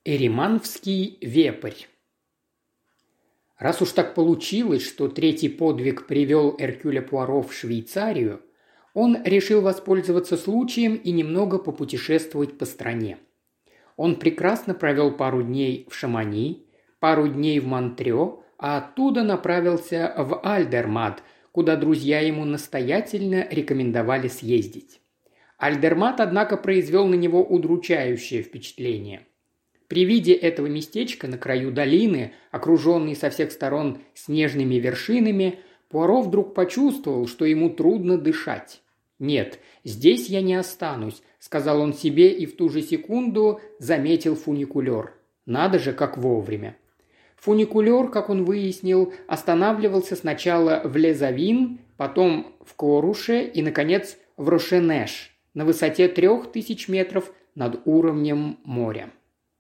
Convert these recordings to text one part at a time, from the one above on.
Эриманский вепрь. Раз уж так получилось, что третий подвиг привел Эркюля Пуаро в Швейцарию, он решил воспользоваться случаем и немного попутешествовать по стране. Он прекрасно провел пару дней в Шамани, пару дней в Монтрё, а оттуда направился в Альдермат, куда друзья ему настоятельно рекомендовали съездить. Альдермат, однако, произвел на него удручающее впечатление. При виде этого местечка на краю долины, окруженной со всех сторон снежными вершинами, Пуаро вдруг почувствовал, что ему трудно дышать. «Нет, здесь я не останусь», – сказал он себе и в ту же секунду заметил фуникулер. Надо же, как вовремя. Фуникулер, как он выяснил, останавливался сначала в Лезавин, потом в Коруше и, наконец, в Рошенеш, на высоте 3000 метров над уровнем моря.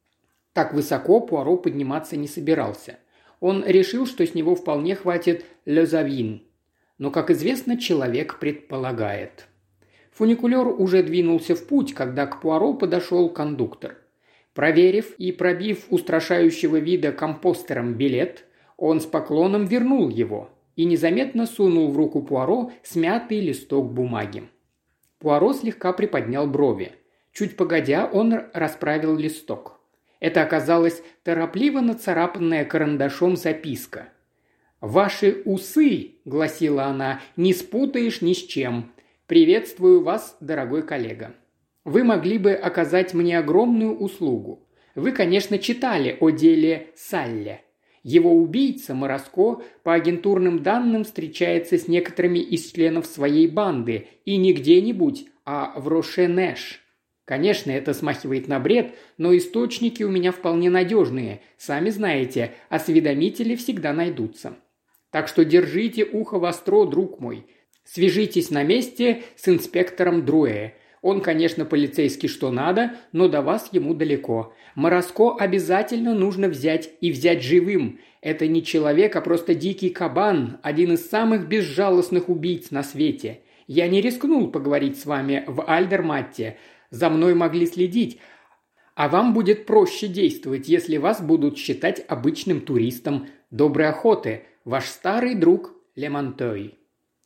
Так высоко Пуаро подниматься не собирался. Он решил, что с него вполне хватит Лезавин. Но, как известно, человек предполагает. Фуникулер уже двинулся в путь, когда к Пуаро подошел кондуктор. Проверив и пробив устрашающего вида компостером билет, он с поклоном вернул его и незаметно сунул в руку Пуаро смятый листок бумаги. Пуаро слегка приподнял брови. Чуть погодя, он расправил листок. Это оказалась торопливо нацарапанная карандашом записка. «Ваши усы, — гласила она, — не спутаешь ни с чем. Приветствую вас, дорогой коллега. Вы могли бы оказать мне огромную услугу. Вы, конечно, читали о деле Салле. Его убийца, Мороско, по агентурным данным встречается с некоторыми из членов своей банды, и не где-нибудь, а в Рошенеш. Конечно, это смахивает на бред, но источники у меня вполне надежные. Сами знаете, осведомители всегда найдутся. Так что держите ухо востро, друг мой. Свяжитесь на месте с инспектором Друэ. Он, конечно, полицейский что надо, но до вас ему далеко. Мороско обязательно нужно взять и взять живым. Это не человек, а просто дикий кабан, один из самых безжалостных убийц на свете. Я не рискнул поговорить с вами в Альдерматте. За мной могли следить, а вам будет проще действовать, если вас будут считать обычным туристом. Доброй охоты, ваш старый друг Лемонтой».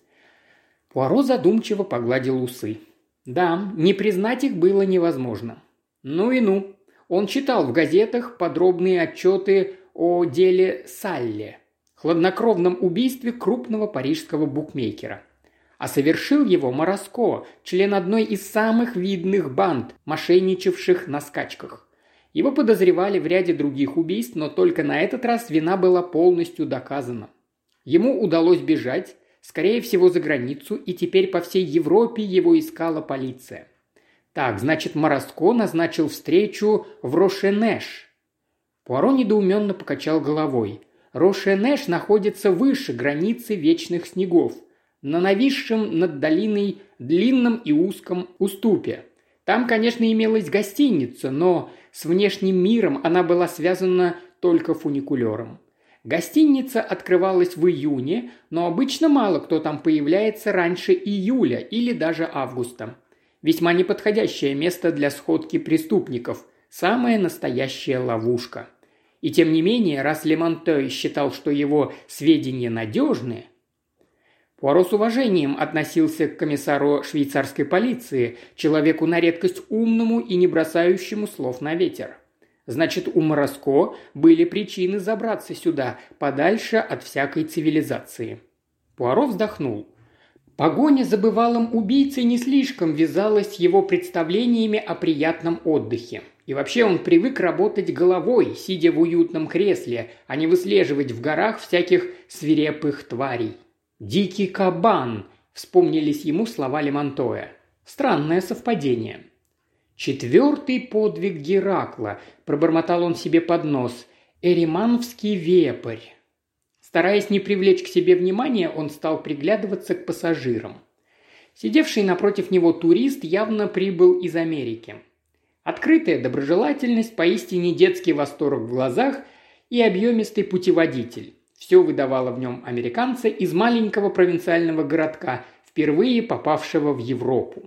Пуаро задумчиво погладил усы. Да, не признать их было невозможно. Ну и ну. Он читал в газетах подробные отчеты о деле Салле, хладнокровном убийстве крупного парижского букмекера. А совершил его Мороско, член одной из самых видных банд, мошенничавших на скачках. Его подозревали в ряде других убийств, но только на этот раз вина была полностью доказана. Ему удалось бежать, скорее всего, за границу, и теперь по всей Европе его искала полиция. Так, значит, Мороско назначил встречу в Рошенеш. Пуаро недоуменно покачал головой. Рошенеш находится выше границы вечных снегов, на нависшем над долиной длинном и узком уступе. Там, конечно, имелась гостиница, но с внешним миром она была связана только фуникулером. Гостиница открывалась в июне, но обычно мало кто там появляется раньше июля или даже августа. Весьма неподходящее место для сходки преступников, самая настоящая ловушка. И тем не менее, раз Лемонтой считал, что его сведения надежны, Пуаро с уважением относился к комиссару швейцарской полиции, человеку на редкость умному и не бросающему слов на ветер. Значит, у Мороско были причины забраться сюда, подальше от всякой цивилизации. Пуаро вздохнул. Погоня за бывалым убийцей не слишком вязалась с его представлениями о приятном отдыхе. И вообще он привык работать головой, сидя в уютном кресле, а не выслеживать в горах всяких свирепых тварей. «Дикий кабан», – вспомнились ему слова Лемонтоя. Странное совпадение. «Четвертый подвиг Геракла», – пробормотал он себе под нос. «Эриманский вепрь». Стараясь не привлечь к себе внимания, он стал приглядываться к пассажирам. Сидевший напротив него турист явно прибыл из Америки. Открытая доброжелательность, поистине детский восторг в глазах и объемистый путеводитель. Все выдавало в нем американца из маленького провинциального городка, впервые попавшего в Европу.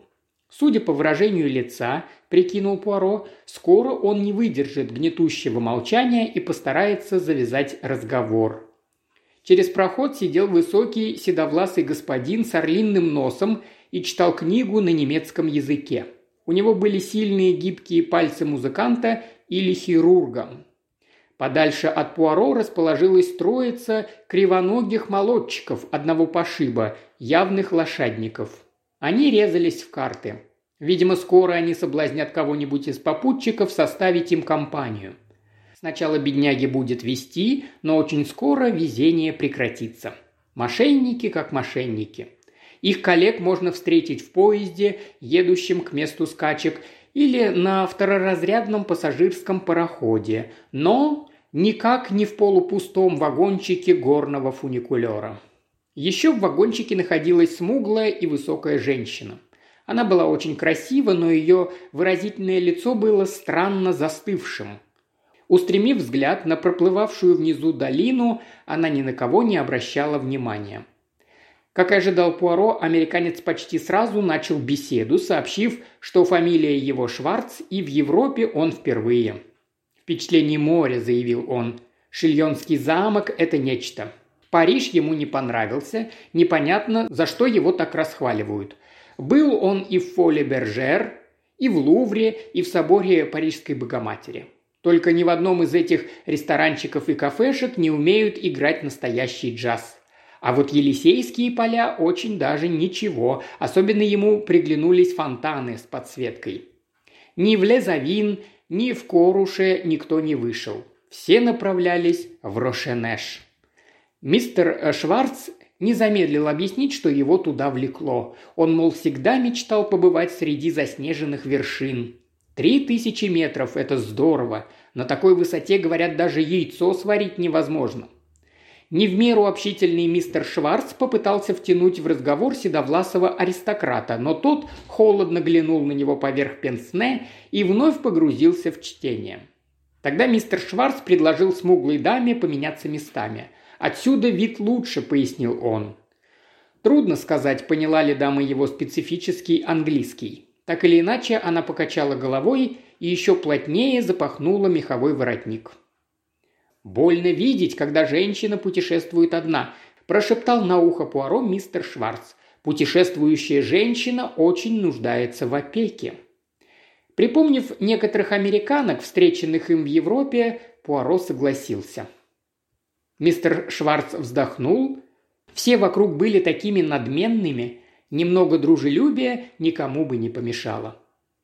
Судя по выражению лица, прикинул Пуаро, скоро он не выдержит гнетущего молчания и постарается завязать разговор. Через проход сидел высокий седовласый господин с орлиным носом и читал книгу на немецком языке. У него были сильные гибкие пальцы музыканта или хирурга. Подальше от Пуаро расположилась троица кривоногих молодчиков одного пошиба, явных лошадников. Они резались в карты. Видимо, скоро они соблазнят кого-нибудь из попутчиков составить им компанию. Сначала бедняги будет везти, но очень скоро везение прекратится. Мошенники как мошенники. Их коллег можно встретить в поезде, едущем к месту скачек, или на второразрядном пассажирском пароходе, но никак не в полупустом вагончике горного фуникулера. Еще в вагончике находилась смуглая и высокая женщина. Она была очень красива, но ее выразительное лицо было странно застывшим. Устремив взгляд на проплывавшую внизу долину, она ни на кого не обращала внимания. Как и ожидал Пуаро, американец почти сразу начал беседу, сообщив, что фамилия его Шварц и в Европе он впервые. «Впечатление моря», – заявил он. «Шильонский замок – это нечто. Париж ему не понравился, непонятно, за что его так расхваливают. Был он и в Фоле-Бержер, и в Лувре, и в соборе Парижской Богоматери. Только ни в одном из этих ресторанчиков и кафешек не умеют играть настоящий джаз. А вот Елисейские поля очень даже ничего, особенно ему приглянулись фонтаны с подсветкой. Ни в Лезавин, ни в Коруше никто не вышел. Все направлялись в Рошенеш. Мистер Шварц не замедлил объяснить, что его туда влекло. Он, мол, всегда мечтал побывать среди заснеженных вершин. 3000 метров – это здорово. На такой высоте, говорят, даже яйцо сварить невозможно. Не в меру общительный мистер Шварц попытался втянуть в разговор седовласого аристократа, но тот холодно глянул на него поверх пенсне и вновь погрузился в чтение. Тогда мистер Шварц предложил смуглой даме поменяться местами. «Отсюда вид лучше», – пояснил он. Трудно сказать, поняла ли дама его специфический английский. Так или иначе, она покачала головой и еще плотнее запахнула меховой воротник. «Больно видеть, когда женщина путешествует одна», – прошептал на ухо Пуаро мистер Шварц. «Путешествующая женщина очень нуждается в опеке». Припомнив некоторых американок, встреченных им в Европе, Пуаро согласился. Мистер Шварц вздохнул. Все вокруг были такими надменными, немного дружелюбия никому бы не помешало.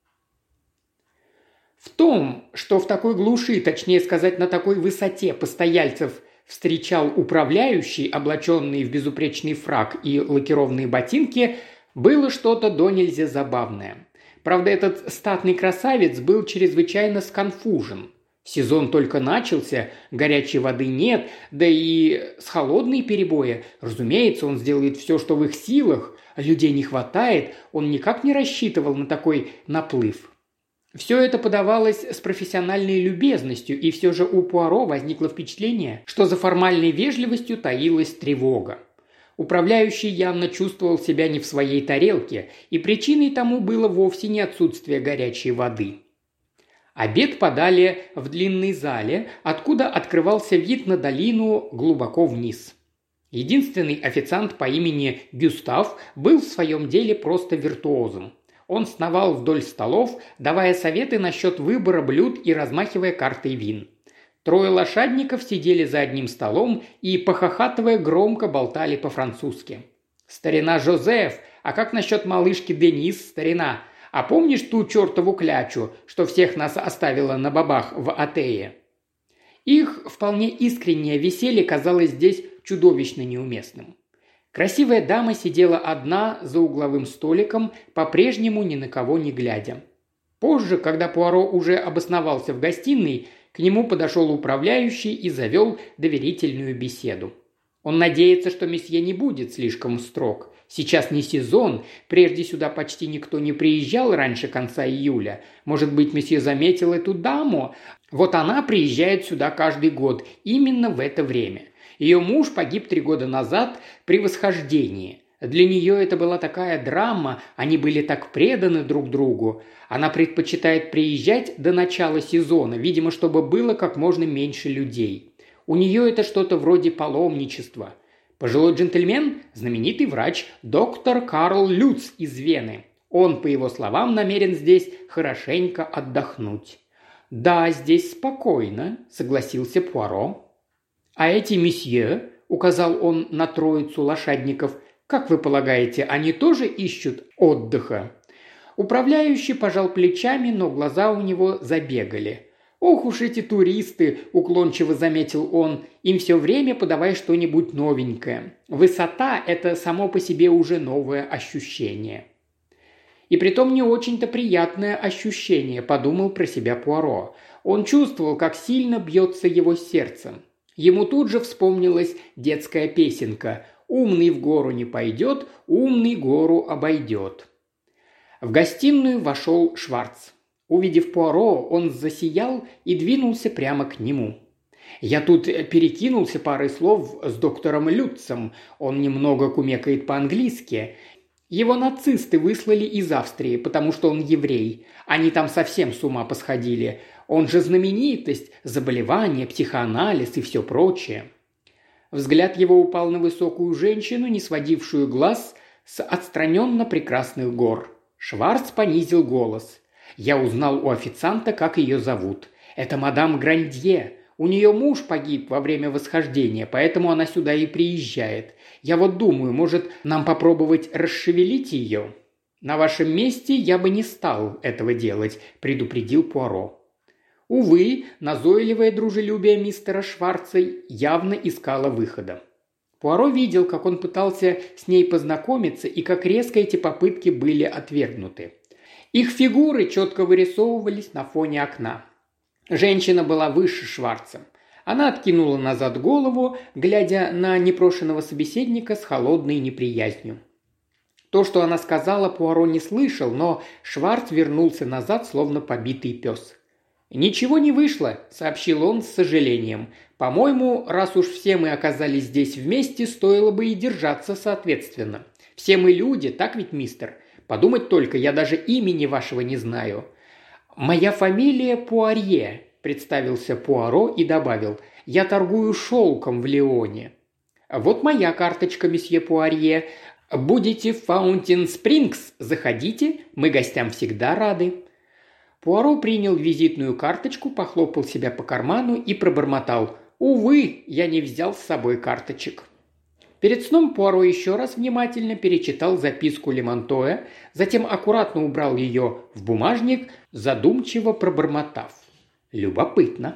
В том, что в такой глуши, точнее сказать, на такой высоте постояльцев встречал управляющий, облаченный в безупречный фрак и лакированные ботинки, было что-то донельзя забавное. Правда, этот статный красавец был чрезвычайно сконфужен. Сезон только начался, горячей воды нет, да и с холодной перебоя. Разумеется, он сделает все, что в их силах, а людей не хватает, он никак не рассчитывал на такой наплыв. Все это подавалось с профессиональной любезностью, и все же у Пуаро возникло впечатление, что за формальной вежливостью таилась тревога. Управляющий явно чувствовал себя не в своей тарелке, и причиной тому было вовсе не отсутствие горячей воды. Обед подали в длинной зале, откуда открывался вид на долину глубоко вниз. Единственный официант по имени Гюстав был в своем деле просто виртуозом. Он сновал вдоль столов, давая советы насчет выбора блюд и размахивая картой вин. Трое лошадников сидели за одним столом и, похохатывая, громко болтали по-французски. «Старина Жозеф, а как насчет малышки Денис, старина? А помнишь ту чертову клячу, что всех нас оставила на бабах в Атее?» Их вполне искреннее веселье казалось здесь чудовищно неуместным. Красивая дама сидела одна за угловым столиком, по-прежнему ни на кого не глядя. Позже, когда Пуаро уже обосновался в гостиной, к нему подошел управляющий и завел доверительную беседу. Он надеется, что месье не будет слишком строг. Сейчас не сезон, прежде сюда почти никто не приезжал раньше конца июля. Может быть, месье заметил эту даму? Вот она приезжает сюда каждый год, именно в это время. Ее муж погиб 3 года назад при восхождении. Для нее это была такая драма, они были так преданы друг другу. Она предпочитает приезжать до начала сезона, видимо, чтобы было как можно меньше людей. У нее это что-то вроде паломничества. Пожилой джентльмен – знаменитый врач доктор Карл Люц из Вены. Он, по его словам, намерен здесь хорошенько отдохнуть. «Да, здесь спокойно», – согласился Пуаро. «А эти месье», – указал он на троицу лошадников, – «как вы полагаете, они тоже ищут отдыха?» Управляющий пожал плечами, но глаза у него забегали. «Ох уж эти туристы!» – уклончиво заметил он. «Им все время подавай что-нибудь новенькое. Высота – это само по себе уже новое ощущение». «И притом не очень-то приятное ощущение», – подумал про себя Пуаро. Он чувствовал, как сильно бьется его сердце. Ему тут же вспомнилась детская песенка «Умный в гору не пойдет, умный гору обойдет». В гостиную вошел Шварц. Увидев Пуаро, он засиял и двинулся прямо к нему. «Я тут перекинулся парой слов с доктором Люцем. Он немного кумекает по-английски. Его нацисты выслали из Австрии, потому что он еврей. Они там совсем с ума посходили. Он же знаменитость, заболевания, психоанализ и все прочее». Взгляд его упал на высокую женщину, не сводившую глаз с отстраненно прекрасных гор. Шварц понизил голос. «Я узнал у официанта, как ее зовут. Это мадам Грандье. У нее муж погиб во время восхождения, поэтому она сюда и приезжает. Я вот думаю, может, нам попробовать расшевелить ее?» «На вашем месте я бы не стал этого делать», – предупредил Пуаро. Увы, назойливое дружелюбие мистера Шварца явно искало выхода. Пуаро видел, как он пытался с ней познакомиться и как резко эти попытки были отвергнуты. Их фигуры четко вырисовывались на фоне окна. Женщина была выше Шварца. Она откинула назад голову, глядя на непрошенного собеседника с холодной неприязнью. То, что она сказала, Пуаро не слышал, но Шварц вернулся назад, словно побитый пес. «Ничего не вышло», – сообщил он с сожалением. «По-моему, раз уж все мы оказались здесь вместе, стоило бы и держаться соответственно. Все мы люди, так ведь, мистер? Подумать только, я даже имени вашего не знаю». «Моя фамилия Пуарье», – представился Пуаро и добавил. «Я торгую шелком в Лионе». «Вот моя карточка, месье Пуарье. Будете в Фаунтин-Спрингс? Заходите, мы гостям всегда рады». Пуаро принял визитную карточку, похлопал себя по карману и пробормотал: «Увы, я не взял с собой карточек». Перед сном Пуаро еще раз внимательно перечитал записку Лемонтоя, затем аккуратно убрал ее в бумажник, задумчиво пробормотав: «Любопытно».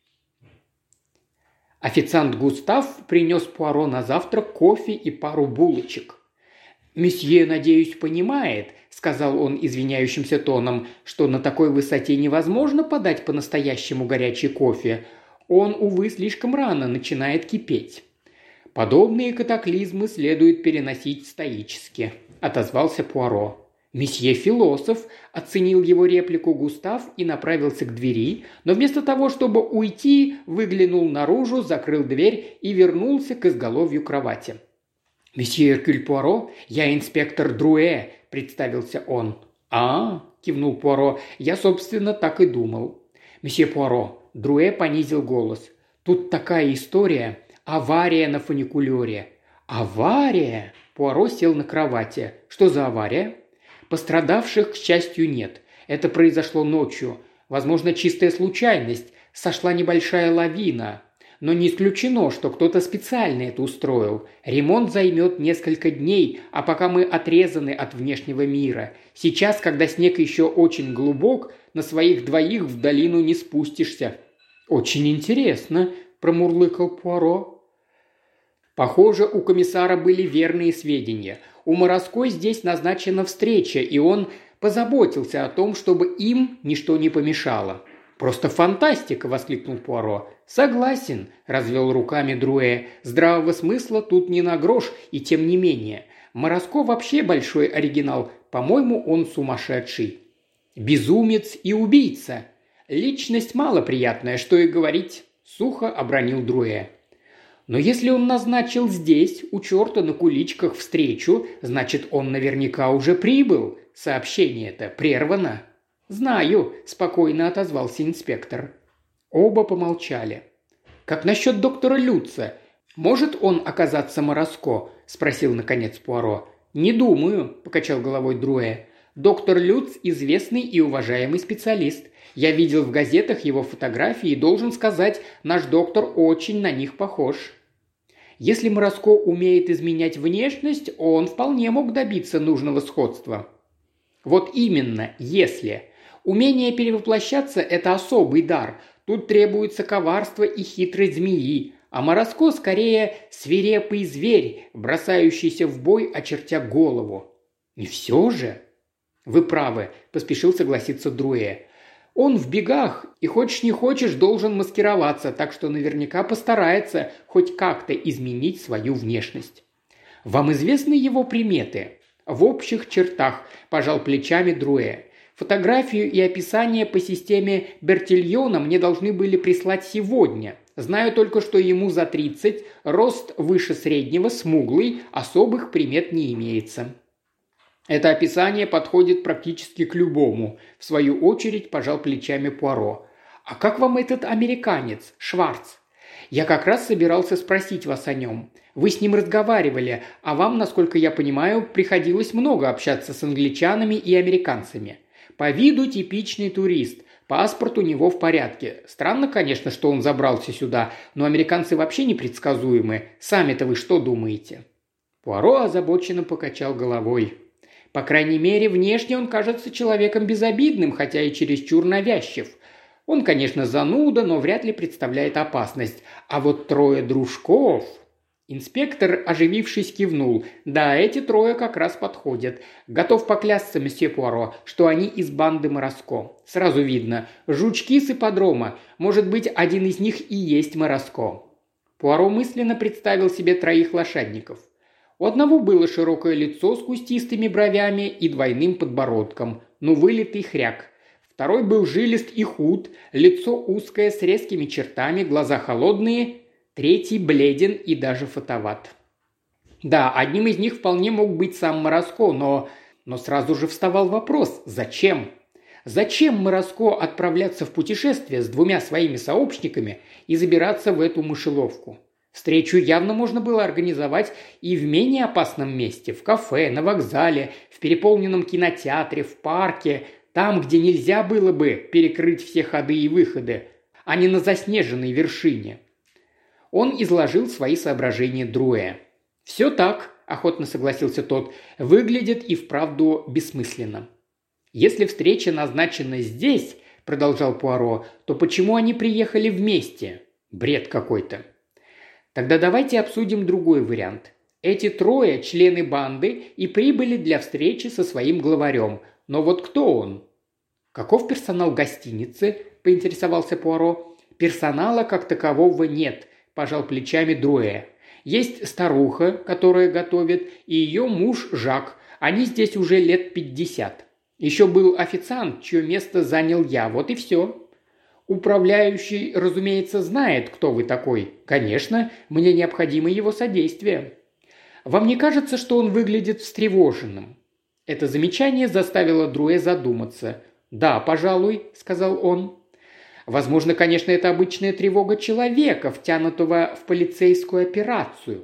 Официант Густав принес Пуаро на завтрак кофе и пару булочек. «Месье, надеюсь, понимает», – сказал он извиняющимся тоном, – «что на такой высоте невозможно подать по-настоящему горячий кофе. Он, увы, слишком рано начинает кипеть». «Подобные катаклизмы следует переносить стоически», – отозвался Пуаро. «Месье философ», – оценил его реплику Густав и направился к двери, но вместо того, чтобы уйти, выглянул наружу, закрыл дверь и вернулся к изголовью кровати. «Месье Эркюль Пуаро, я инспектор Друэ», – представился он. Кивнул Пуаро, – «я, собственно, так и думал». «Месье Пуаро», – Друэ понизил голос, – «тут такая история. Авария на фуникулере». «Авария?» – Пуаро сел на кровати. «Что за авария?» «Пострадавших, к счастью, нет. Это произошло ночью. Возможно, чистая случайность. Сошла небольшая лавина. Но не исключено, что кто-то специально это устроил. Ремонт займет несколько дней, а пока мы отрезаны от внешнего мира. Сейчас, когда снег еще очень глубок, на своих двоих в долину не спустишься». «Очень интересно», – промурлыкал Пуаро. Похоже, у комиссара были верные сведения. У Морозко здесь назначена встреча, и он позаботился о том, чтобы им ничто не помешало. «Просто фантастика!» – воскликнул Пуаро. «Согласен», – развел руками Друэ. «Здравого смысла тут не на грош, и тем не менее. Морозко вообще большой оригинал. По-моему, он сумасшедший. Безумец и убийца. Личность малоприятная, что и говорить», – сухо обронил Друэ. Но если он назначил здесь, у черта на куличках, встречу, значит, он наверняка уже прибыл. Сообщение-то прервано». «Знаю», – спокойно отозвался инспектор. Оба помолчали. «Как насчет доктора Люца? Может он оказаться Мороско?» – спросил наконец Пуаро. «Не думаю», – покачал головой Друэ. «Доктор Люц – известный и уважаемый специалист. Я видел в газетах его фотографии и должен сказать, наш доктор очень на них похож». Если Мороско умеет изменять внешность, он вполне мог добиться нужного сходства. Вот именно, если. Умение перевоплощаться – это особый дар. Тут требуется коварство и хитрость змеи, а Мороско скорее свирепый зверь, бросающийся в бой, очертя голову. И все же... «Вы правы», – поспешил согласиться Друэ. «Он в бегах и, хочешь не хочешь, должен маскироваться, так что наверняка постарается хоть как-то изменить свою внешность». «Вам известны его приметы?» «В общих чертах», – пожал плечами Друэ. «Фотографию и описание по системе Бертильона мне должны были прислать сегодня. Знаю только, что ему за 30, рост выше среднего, смуглый, особых примет не имеется». «Это описание подходит практически к любому», – в свою очередь пожал плечами Пуаро. «А как вам этот американец, Шварц? Я как раз собирался спросить вас о нем. Вы с ним разговаривали, а вам, насколько я понимаю, приходилось много общаться с англичанами и американцами. По виду типичный турист, паспорт у него в порядке. Странно, конечно, что он забрался сюда, но американцы вообще непредсказуемы. Сами-то вы что думаете?» Пуаро озабоченно покачал головой. «По крайней мере, внешне он кажется человеком безобидным, хотя и чересчур навязчив. Он, конечно, зануда, но вряд ли представляет опасность. А вот трое дружков...» Инспектор, оживившись, кивнул. «Да, эти трое как раз подходят. Готов поклясться, месье Пуаро, что они из банды Мороско. Сразу видно. Жучки с ипподрома. Может быть, один из них и есть Мороско». Пуаро мысленно представил себе троих лошадников. У одного было широкое лицо с кустистыми бровями и двойным подбородком, но вылитый хряк. Второй был жилист и худ, лицо узкое с резкими чертами, глаза холодные. Третий бледен и даже фотоват. Да, одним из них вполне мог быть сам Мороско, но сразу же вставал вопрос – зачем? Зачем Мороско отправляться в путешествие с двумя своими сообщниками и забираться в эту мышеловку? Встречу явно можно было организовать и в менее опасном месте – в кафе, на вокзале, в переполненном кинотеатре, в парке, там, где нельзя было бы перекрыть все ходы и выходы, а не на заснеженной вершине. Он изложил свои соображения Друэ. «Все так», – охотно согласился тот, – «выглядит и вправду бессмысленно». «Если встреча назначена здесь», – продолжал Пуаро, – «то почему они приехали вместе? Бред какой-то». «Тогда давайте обсудим другой вариант. Эти трое – члены банды и прибыли для встречи со своим главарем. Но вот кто он?» «Каков персонал гостиницы?» – поинтересовался Пуаро. «Персонала как такового нет», – пожал плечами Друэ. «Есть старуха, которая готовит, и ее муж Жак. Они здесь уже лет 50. Еще был официант, чье место занял я. Вот и все». «Управляющий, разумеется, знает, кто вы такой. Конечно, мне необходимо его содействие». «Вам не кажется, что он выглядит встревоженным?» Это замечание заставило Друэ задуматься. «Да, пожалуй», – сказал он. «Возможно, конечно, это обычная тревога человека, втянутого в полицейскую операцию.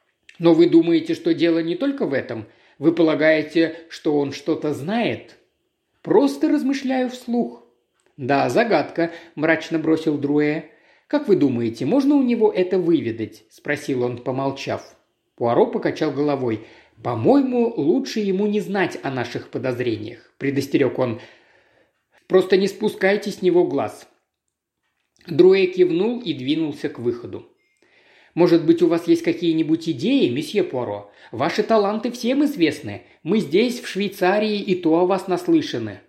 Но вы думаете, что дело не только в этом? Вы полагаете, что он что-то знает?» «Просто размышляю вслух». «Да, загадка», – мрачно бросил Друэ. «Как вы думаете, можно у него это выведать?» – спросил он, помолчав. Пуаро покачал головой. «По-моему, лучше ему не знать о наших подозрениях», – предостерег он. «Просто не спускайте с него глаз». Друэ кивнул и двинулся к выходу. «Может быть, у вас есть какие-нибудь идеи, месье Пуаро? Ваши таланты всем известны. Мы здесь, в Швейцарии, и то о вас наслышаны».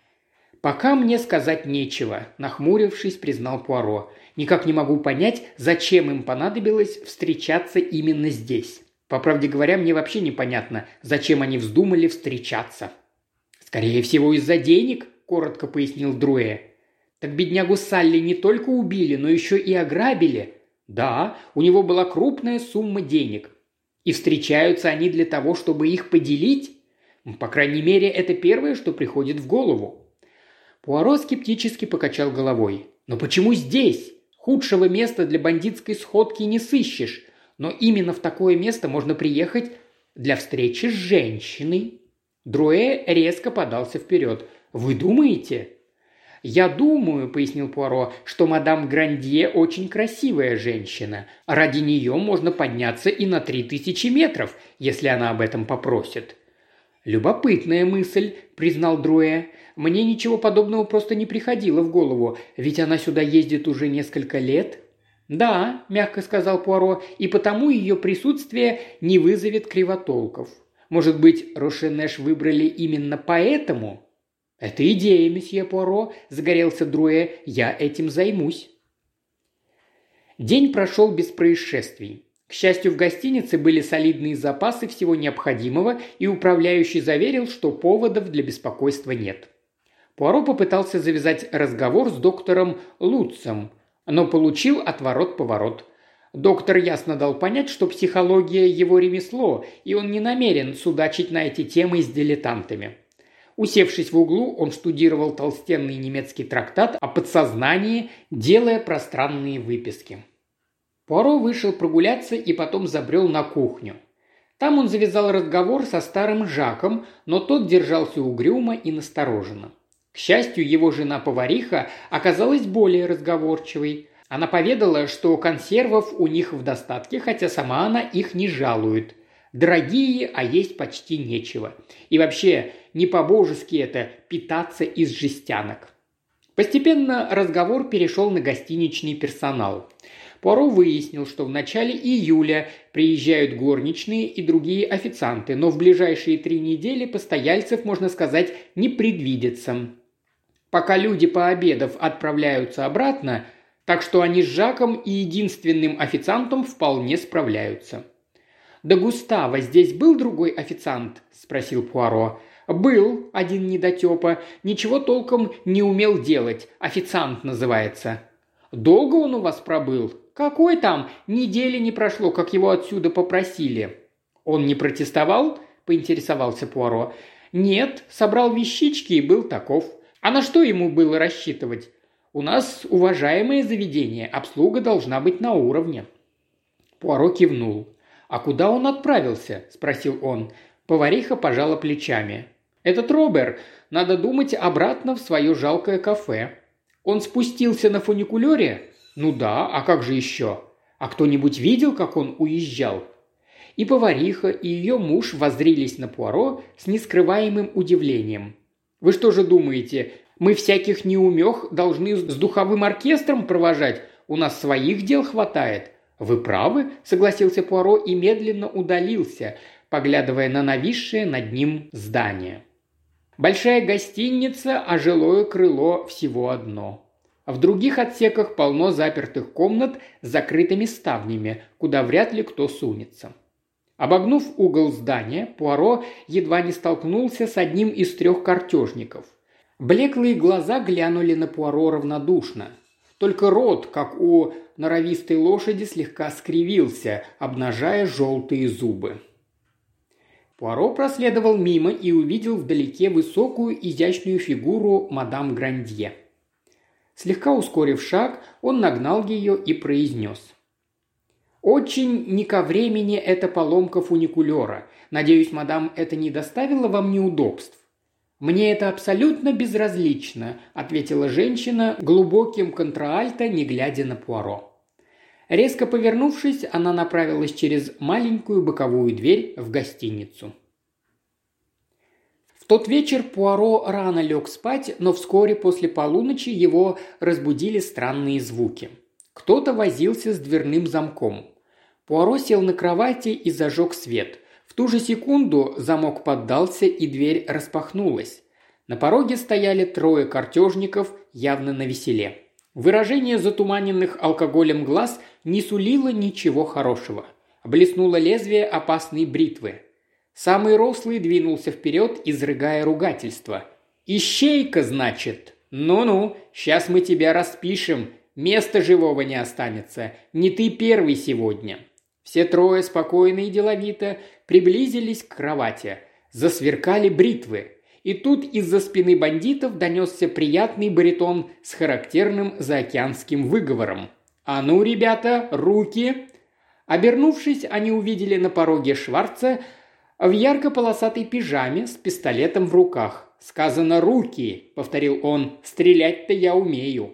«Пока мне сказать нечего», – нахмурившись, признал Пуаро. «Никак не могу понять, зачем им понадобилось встречаться именно здесь. По правде говоря, мне вообще непонятно, зачем они вздумали встречаться». «Скорее всего, из-за денег», – коротко пояснил Друэ. «Так беднягу Салли не только убили, но еще и ограбили». Да, у него была крупная сумма денег. И встречаются они для того, чтобы их поделить? По крайней мере, это первое, что приходит в голову. Пуаро скептически покачал головой. Но почему здесь? Худшего места для бандитской сходки не сыщешь. Но именно в такое место можно приехать для встречи с женщиной. Дrouet резко подался вперед. «Вы думаете?» «Я думаю», – пояснил Пуаро, – «что мадам Грандье очень красивая женщина. Ради нее можно подняться и на 3000 метров, если она об этом попросит». «Любопытная мысль», – признал Дrouet. «Мне ничего подобного просто не приходило в голову, ведь она сюда ездит уже несколько лет». «Да», – мягко сказал Пуаро, – «и потому ее присутствие не вызовет кривотолков. Может быть, Рошенеш выбрали именно поэтому?» «Это идея, месье Пуаро», – загорелся Дrouet, – «я этим займусь». День прошел без происшествий. К счастью, в гостинице были солидные запасы всего необходимого, и управляющий заверил, что поводов для беспокойства нет. Пуаро попытался завязать разговор с доктором Лутцем, но получил отворот-поворот. Доктор ясно дал понять, что психология – его ремесло, и он не намерен судачить на эти темы с дилетантами. Усевшись в углу, он штудировал толстенный немецкий трактат о подсознании, делая пространные выписки. Пуаро вышел прогуляться и потом забрел на кухню. Там он завязал разговор со старым Жаком, но тот держался угрюмо и настороженно. К счастью, его жена-повариха оказалась более разговорчивой. Она поведала, что консервов у них в достатке, хотя сама она их не жалует. Дорогие, а есть почти нечего. И вообще, не по-божески это – питаться из жестянок. Постепенно разговор перешел на гостиничный персонал. Пуаро выяснил, что в начале июля приезжают горничные и другие официанты, но в ближайшие 3 недели постояльцев, можно сказать, не предвидится. Пока люди, пообедав, отправляются обратно, так что они с Жаком и единственным официантом вполне справляются. «До Густава здесь был другой официант?» – спросил Пуаро. «Был один недотепа. Ничего толком не умел делать. Официант называется». «Долго он у вас пробыл?» «Какой там? Недели не прошло, как его отсюда попросили». «Он не протестовал?» – поинтересовался Пуаро. «Нет, собрал вещички и был таков. А на что ему было рассчитывать? У нас уважаемое заведение, обслуга должна быть на уровне». Пуаро кивнул. «А куда он отправился?» – спросил он. Повариха пожала плечами. «Этот Робер, надо думать, обратно в свое жалкое кафе. Он спустился на фуникулере?» «Ну да, а как же еще? А кто-нибудь видел, как он уезжал?» И повариха, и ее муж воззрились на Пуаро с нескрываемым удивлением. «Вы что же думаете, мы всяких неумех должны с духовым оркестром провожать? У нас своих дел хватает». «Вы правы», – согласился Пуаро и медленно удалился, поглядывая на нависшее над ним здание. Большая гостиница, а жилое крыло всего одно. В других отсеках полно запертых комнат с закрытыми ставнями, куда вряд ли кто сунется. Обогнув угол здания, Пуаро едва не столкнулся с одним из 3 картежников. Блеклые глаза глянули на Пуаро равнодушно. Только рот, как у норовистой лошади, слегка скривился, обнажая желтые зубы. Пуаро проследовал мимо и увидел вдалеке высокую изящную фигуру мадам Грандье. Слегка ускорив шаг, он нагнал ее и произнес. «Очень не ко времени эта поломка фуникулера. Надеюсь, мадам, это не доставило вам неудобств?» «Мне это абсолютно безразлично», – ответила женщина глубоким контраальто, не глядя на Пуаро. Резко повернувшись, она направилась через маленькую боковую дверь в гостиницу. В тот вечер Пуаро рано лег спать, но вскоре после полуночи его разбудили странные звуки. Кто-то возился с дверным замком. Пуаро сел на кровати и зажег свет. В ту же секунду замок поддался, и дверь распахнулась. На пороге стояли 3 картежников, явно навеселе. Выражение затуманенных алкоголем глаз не сулило ничего хорошего. Блеснуло лезвие опасной бритвы. Самый рослый двинулся вперед, изрыгая ругательство. «Ищейка, значит? Ну-ну, сейчас мы тебя распишем. Места живого не останется. Не ты первый сегодня». Все трое спокойно и деловито приблизились к кровати. Засверкали бритвы. И тут из-за спины бандитов донесся приятный баритон с характерным заокеанским выговором. «А ну, ребята, руки!» Обернувшись, они увидели на пороге Шварца в ярко-полосатой пижаме с пистолетом в руках. «Сказано руки», — повторил он, — «стрелять-то я умею».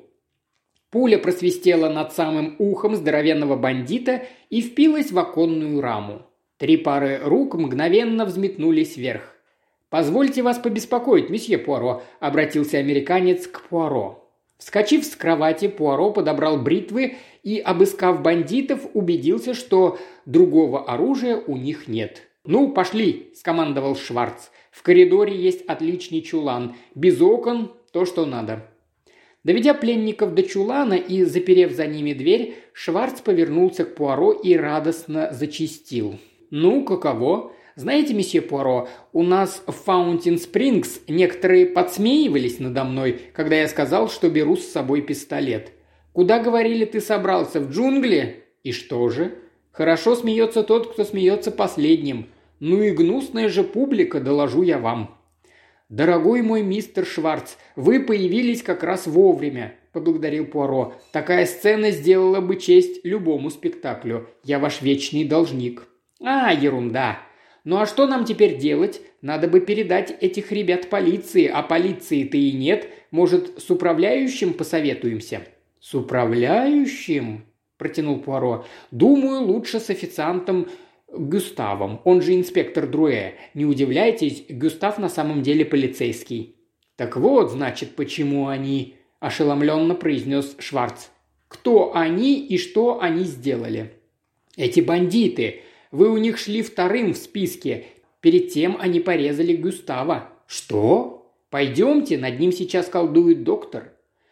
Пуля просвистела над самым ухом здоровенного бандита и впилась в оконную раму. 3 пары рук мгновенно взметнулись вверх. «Позвольте вас побеспокоить, месье Пуаро», — обратился американец к Пуаро. Вскочив с кровати, Пуаро подобрал бритвы и, обыскав бандитов, убедился, что другого оружия у них нет. «Ну, пошли», – скомандовал Шварц. «В коридоре есть отличный чулан. Без окон – то, что надо». Доведя пленников до чулана и заперев за ними дверь, Шварц повернулся к Пуаро и радостно зачастил. «Ну, каково? Знаете, месье Пуаро, у нас в Фаунтин-Спрингс некоторые подсмеивались надо мной, когда я сказал, что беру с собой пистолет. Куда, говорили, ты собрался, в джунгли? И что же? Хорошо смеется тот, кто смеется последним. Ну и гнусная же публика, доложу я вам». «Дорогой мой мистер Шварц, вы появились как раз вовремя», – поблагодарил Пуаро. «Такая сцена сделала бы честь любому спектаклю. Я ваш вечный должник». «А, ерунда. Ну а что нам теперь делать? Надо бы передать этих ребят полиции, а полиции-то и нет. Может, с управляющим посоветуемся?» «С управляющим?» – протянул Пуаро. «Думаю, лучше с официантом Гюставом, он же инспектор Друэ. Не удивляйтесь, Гюстав на самом деле полицейский». «Так вот, значит, почему они...» – ошеломленно произнес Шварц. «Кто они и что они сделали?» «Эти бандиты. Вы у них шли вторым в списке. Перед тем они порезали Гюстава». «Что? Пойдемте, над ним сейчас колдует доктор».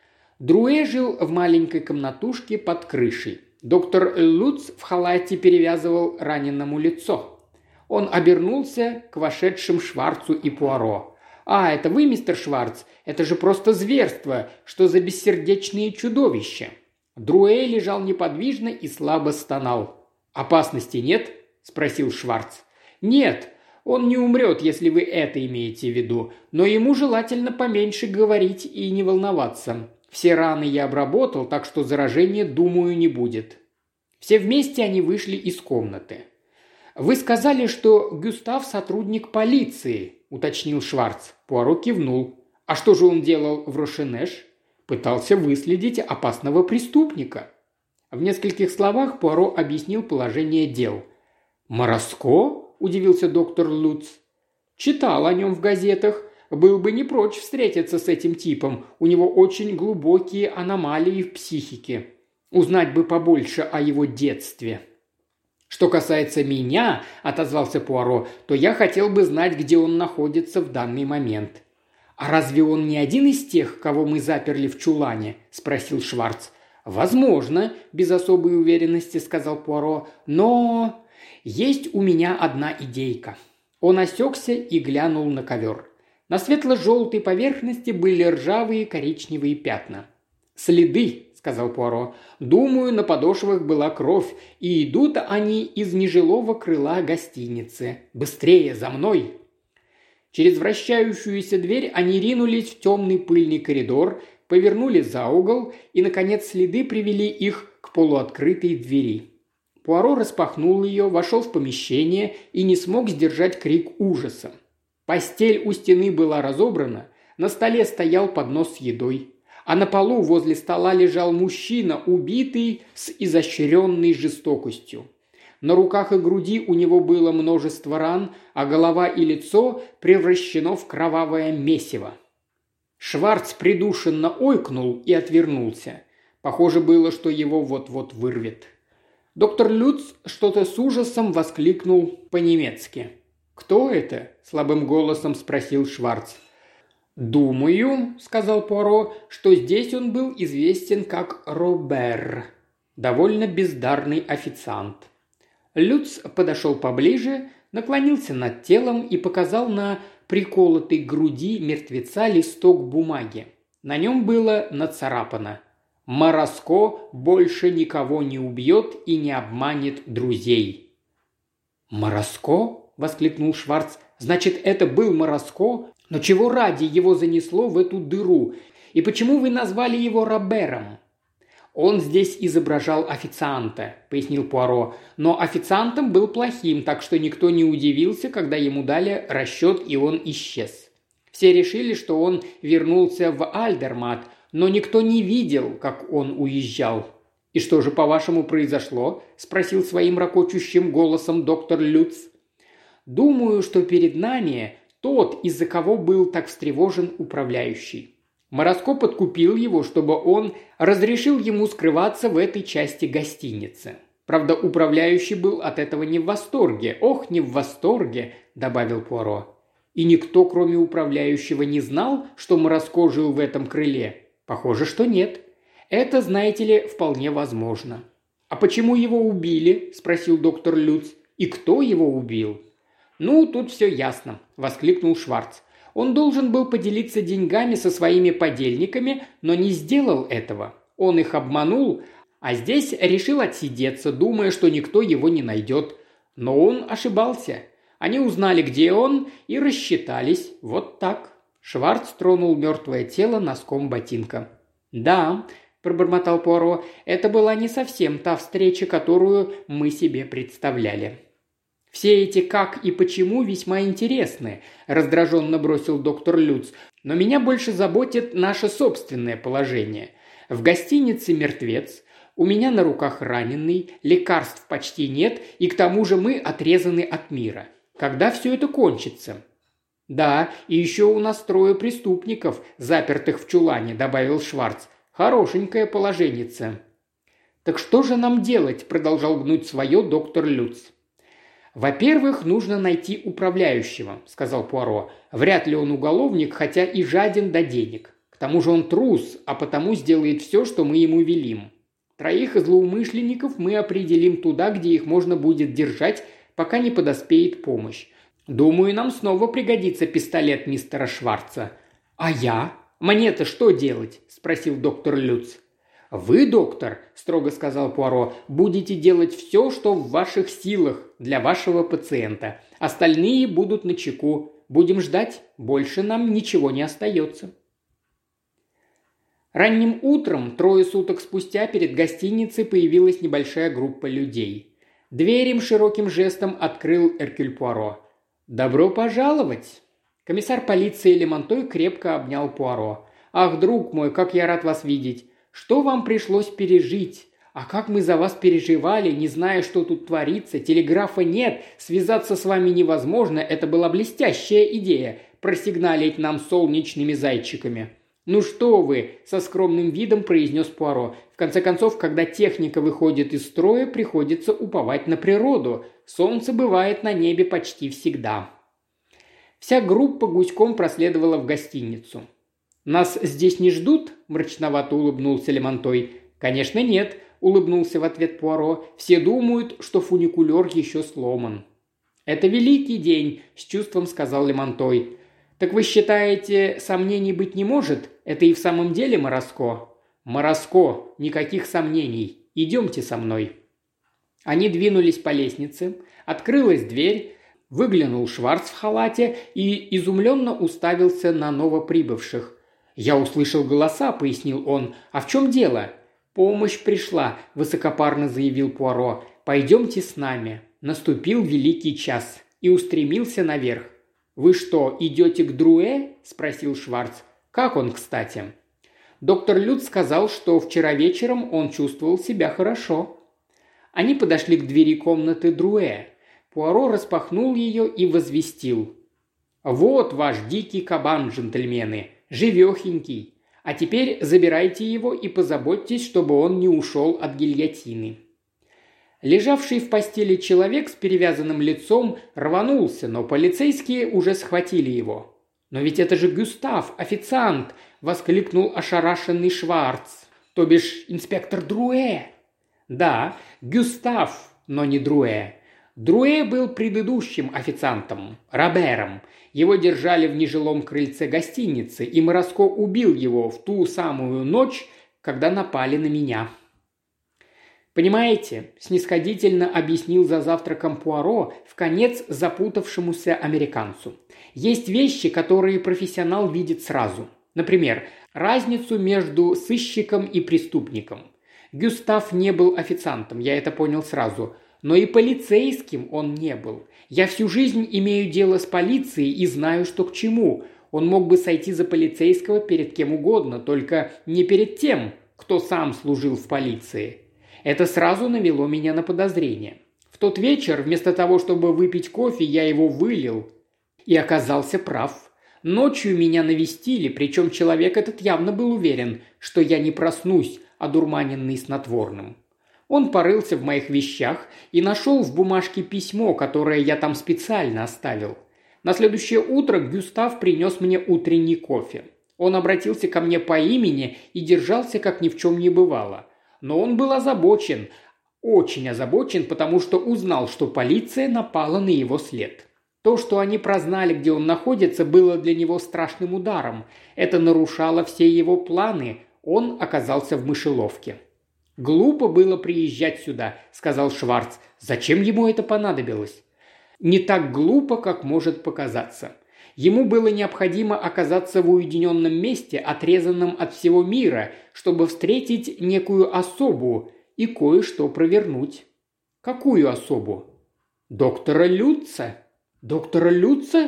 Друэ жил в маленькой комнатушке под крышей. Доктор Луц в халате перевязывал раненому лицо. Он обернулся к вошедшим Шварцу и Пуаро. «А, это вы, мистер Шварц? Это же просто зверство! Что за бессердечные чудовища?» Друэ лежал неподвижно и слабо стонал. «Опасности нет?» – спросил Шварц. «Нет, он не умрет, если вы это имеете в виду, но ему желательно поменьше говорить и не волноваться. Все раны я обработал, так что заражения, думаю, не будет». Все вместе они вышли из комнаты. «Вы сказали, что Гюстав сотрудник полиции», – уточнил Шварц. Пуаро кивнул. «А что же он делал в Рошенеш?» «Пытался выследить опасного преступника». В нескольких словах Пуаро объяснил положение дел. «Мороско?» – удивился доктор Луц. «Читал о нем в газетах. Был бы не прочь встретиться с этим типом. У него очень глубокие аномалии в психике. Узнать бы побольше о его детстве». «Что касается меня», – отозвался Пуаро, – «то я хотел бы знать, где он находится в данный момент». «А разве он не один из тех, кого мы заперли в чулане?» – спросил Шварц. «Возможно», – без особой уверенности сказал Пуаро, – «но есть у меня одна идейка». Он осекся и глянул на ковер. На светло-желтой поверхности были ржавые коричневые пятна. «Следы», – сказал Пуаро. «Думаю, на подошвах была кровь, и идут они из нежилого крыла гостиницы. Быстрее, за мной!» Через вращающуюся дверь они ринулись в темный пыльный коридор, повернули за угол, и, наконец, следы привели их к полуоткрытой двери. Пуаро распахнул ее, вошел в помещение и не смог сдержать крик ужаса. Постель у стены была разобрана, на столе стоял поднос с едой, а на полу возле стола лежал мужчина, убитый с изощренной жестокостью. На руках и груди у него было множество ран, а голова и лицо превращено в кровавое месиво. Шварц придушенно ойкнул и отвернулся. Похоже было, что его вот-вот вырвет. Доктор Люц что-то с ужасом воскликнул по-немецки. «Кто это?» – слабым голосом спросил Шварц. «Думаю», – сказал Пуаро, – «что здесь он был известен как Робер, довольно бездарный официант». Люц подошел поближе, наклонился над телом и показал на приколотой к груди мертвеца листок бумаги. На нем было нацарапано: Мараско больше никого не убьет и не обманет друзей». «Мараско?» – воскликнул Шварц. «Значит, это был Мараско? Но чего ради его занесло в эту дыру? И почему вы назвали его Робером?» «Он здесь изображал официанта», – пояснил Пуаро. «Но официантом был плохим, так что никто не удивился, когда ему дали расчет, и он исчез. Все решили, что он вернулся в Альдермат, но никто не видел, как он уезжал». «И что же, по-вашему, произошло?» – спросил своим ракочущим голосом доктор Люц. «Думаю, что перед нами тот, из-за кого был так встревожен управляющий. Мараско подкупил его, чтобы он разрешил ему скрываться в этой части гостиницы. Правда, управляющий был от этого не в восторге. Ох, не в восторге», – добавил Пуаро. «И никто, кроме управляющего, не знал, что Мараско жил в этом крыле? Похоже, что нет. Это, знаете ли, вполне возможно». «А почему его убили?» – спросил доктор Люц. «И кто его убил?» «Ну, тут все ясно», – воскликнул Шварц. «Он должен был поделиться деньгами со своими подельниками, но не сделал этого. Он их обманул, а здесь решил отсидеться, думая, что никто его не найдет. Но он ошибался. Они узнали, где он, и рассчитались. Вот так». Шварц тронул мертвое тело носком ботинка. «Да», – пробормотал Пуаро, – «это была не совсем та встреча, которую мы себе представляли». «Все эти «как» и «почему» весьма интересны», – раздраженно бросил доктор Люц. «Но меня больше заботит наше собственное положение. В гостинице мертвец, у меня на руках раненый, лекарств почти нет, и к тому же мы отрезаны от мира. Когда все это кончится?» «Да, и еще у нас 3 преступников, запертых в чулане», – добавил Шварц. «Хорошенькое положенница». «Так что же нам делать?» – продолжал гнуть свое доктор Люц. «Во-первых, нужно найти управляющего», – сказал Пуаро. «Вряд ли он уголовник, хотя и жаден до денег. К тому же он трус, а потому сделает все, что мы ему велим. 3 злоумышленников мы определим туда, где их можно будет держать, пока не подоспеет помощь. Думаю, нам снова пригодится пистолет мистера Шварца». «А я? Мне-то что делать?» – спросил доктор Люц. «Вы, доктор, – строго сказал Пуаро, – будете делать все, что в ваших силах для вашего пациента. Остальные будут начеку. Будем ждать. Больше нам ничего не остается». Ранним утром, 3 суток спустя, перед гостиницей появилась небольшая группа людей. Дверь им широким жестом открыл Эркюль Пуаро. «Добро пожаловать!» Комиссар полиции Лемонтой крепко обнял Пуаро. «Ах, друг мой, как я рад вас видеть! Что вам пришлось пережить? А как мы за вас переживали, не зная, что тут творится. Телеграфа нет, связаться с вами невозможно. Это была блестящая идея – просигналить нам солнечными зайчиками». «Ну что вы!» – со скромным видом произнес Пуаро. «В конце концов, когда техника выходит из строя, приходится уповать на природу. Солнце бывает на небе почти всегда». Вся группа гуськом проследовала в гостиницу. «Нас здесь не ждут?» – мрачновато улыбнулся Лемонтой. «Конечно нет», – улыбнулся в ответ Пуаро. «Все думают, что фуникулер еще сломан». «Это великий день», – с чувством сказал Лемонтой. «Так вы считаете, сомнений быть не может? Это и в самом деле Мараско?» «Мараско, никаких сомнений. Идемте со мной». Они двинулись по лестнице. Открылась дверь. Выглянул Шварц в халате и изумленно уставился на новоприбывших. «Я услышал голоса», – пояснил он. «А в чем дело?» «Помощь пришла», – высокопарно заявил Пуаро. «Пойдемте с нами». Наступил великий час и устремился наверх. «Вы что, идете к Друэ?» – спросил Шварц. «Как он, кстати?» Доктор Люц сказал, что вчера вечером он чувствовал себя хорошо. Они подошли к двери комнаты Друэ. Пуаро распахнул ее и возвестил. «Вот ваш дикий кабан, джентльмены, живехенький. А теперь забирайте его и позаботьтесь, чтобы он не ушел от гильотины». Лежавший в постели человек с перевязанным лицом рванулся, но полицейские уже схватили его. «Но ведь это же Гюстав, официант!» – воскликнул ошарашенный Шварц. «То бишь инспектор Друэ?» «Да, Гюстав, но не Друэ. Друэ был предыдущим официантом, Робером. Его держали в нежилом крыльце гостиницы, и Мараско убил его в ту самую ночь, когда напали на меня». «Понимаете», – снисходительно объяснил за завтраком Пуаро вконец запутавшемуся американцу. «Есть вещи, которые профессионал видит сразу. Например, разницу между сыщиком и преступником. Гюстав не был официантом, я это понял сразу, но и полицейским он не был. Я всю жизнь имею дело с полицией и знаю, что к чему. Он мог бы сойти за полицейского перед кем угодно, только не перед тем, кто сам служил в полиции. Это сразу навело меня на подозрение. В тот вечер, вместо того, чтобы выпить кофе, я его вылил и оказался прав. Ночью меня навестили, причем человек этот явно был уверен, что я не проснусь, одурманенный снотворным. Он порылся в моих вещах и нашел в бумажке письмо, которое я там специально оставил. На следующее утро Гюстав принес мне утренний кофе. Он обратился ко мне по имени и держался, как ни в чем не бывало. Но он был озабочен, очень озабочен, потому что узнал, что полиция напала на его след. То, что они прознали, где он находится, было для него страшным ударом. Это нарушало все его планы. Он оказался в мышеловке. «Глупо было приезжать сюда», – сказал Шварц. «Зачем ему это понадобилось?» «Не так глупо, как может показаться. Ему было необходимо оказаться в уединенном месте, отрезанном от всего мира, чтобы встретить некую особу и кое-что провернуть». «Какую особу?» «Доктора Люца». «Доктора Люца?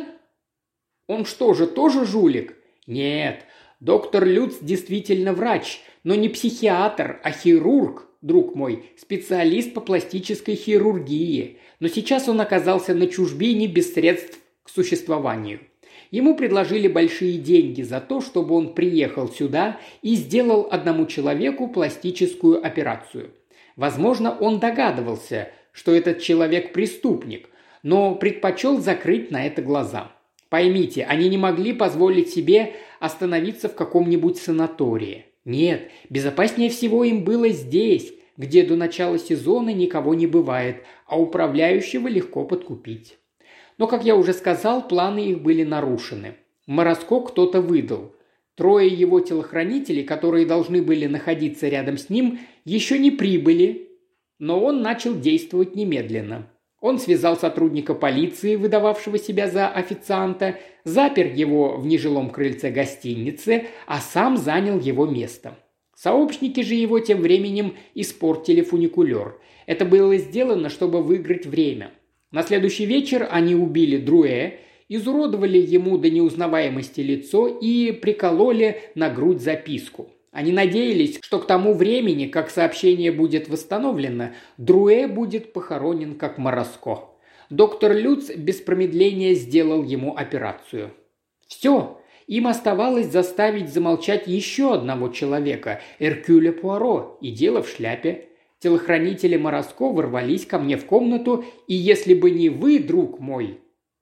Он что же, тоже жулик?» «Нет, доктор Люц действительно врач, но не психиатр, а хирург, друг мой, специалист по пластической хирургии. Но сейчас он оказался на чужбине без средств к существованию. Ему предложили большие деньги за то, чтобы он приехал сюда и сделал одному человеку пластическую операцию. Возможно, он догадывался, что этот человек преступник, но предпочел закрыть на это глаза. Поймите, они не могли позволить себе остановиться в каком-нибудь санатории. Нет, безопаснее всего им было здесь, где до начала сезона никого не бывает, а управляющего легко подкупить. Но, как я уже сказал, планы их были нарушены. Мороско кто-то выдал. 3 его телохранителей, которые должны были находиться рядом с ним, еще не прибыли, но он начал действовать немедленно. Он связал сотрудника полиции, выдававшего себя за официанта, запер его в нежилом крыльце гостиницы, а сам занял его место. Сообщники же его тем временем испортили фуникулер. Это было сделано, чтобы выиграть время. На следующий вечер они убили Друэ, изуродовали ему до неузнаваемости лицо и прикололи на грудь записку. Они надеялись, что к тому времени, как сообщение будет восстановлено, Друэ будет похоронен как Мороско. Доктор Люц без промедления сделал ему операцию. Все. Им оставалось заставить замолчать еще одного человека, Эркюля Пуаро, и дело в шляпе. Телохранители Мороско ворвались ко мне в комнату, и если бы не вы, друг мой...»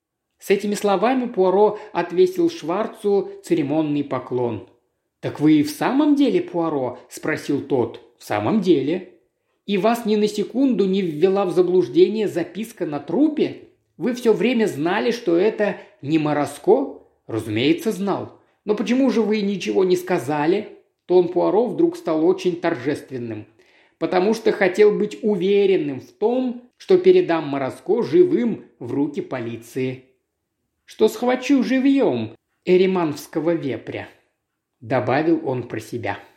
С этими словами Пуаро отвесил Шварцу церемонный поклон. «Так вы и в самом деле Пуаро?» – спросил тот. «В самом деле». «И вас ни на секунду не ввела в заблуждение записка на трупе? Вы все время знали, что это не Мороско?» «Разумеется, знал. Но почему же вы ничего не сказали?» Тон Пуаро вдруг стал очень торжественным. «Потому что хотел быть уверенным в том, что передам Мороско живым в руки полиции. Что схвачу живьем эриманского вепря», – добавил он про себя.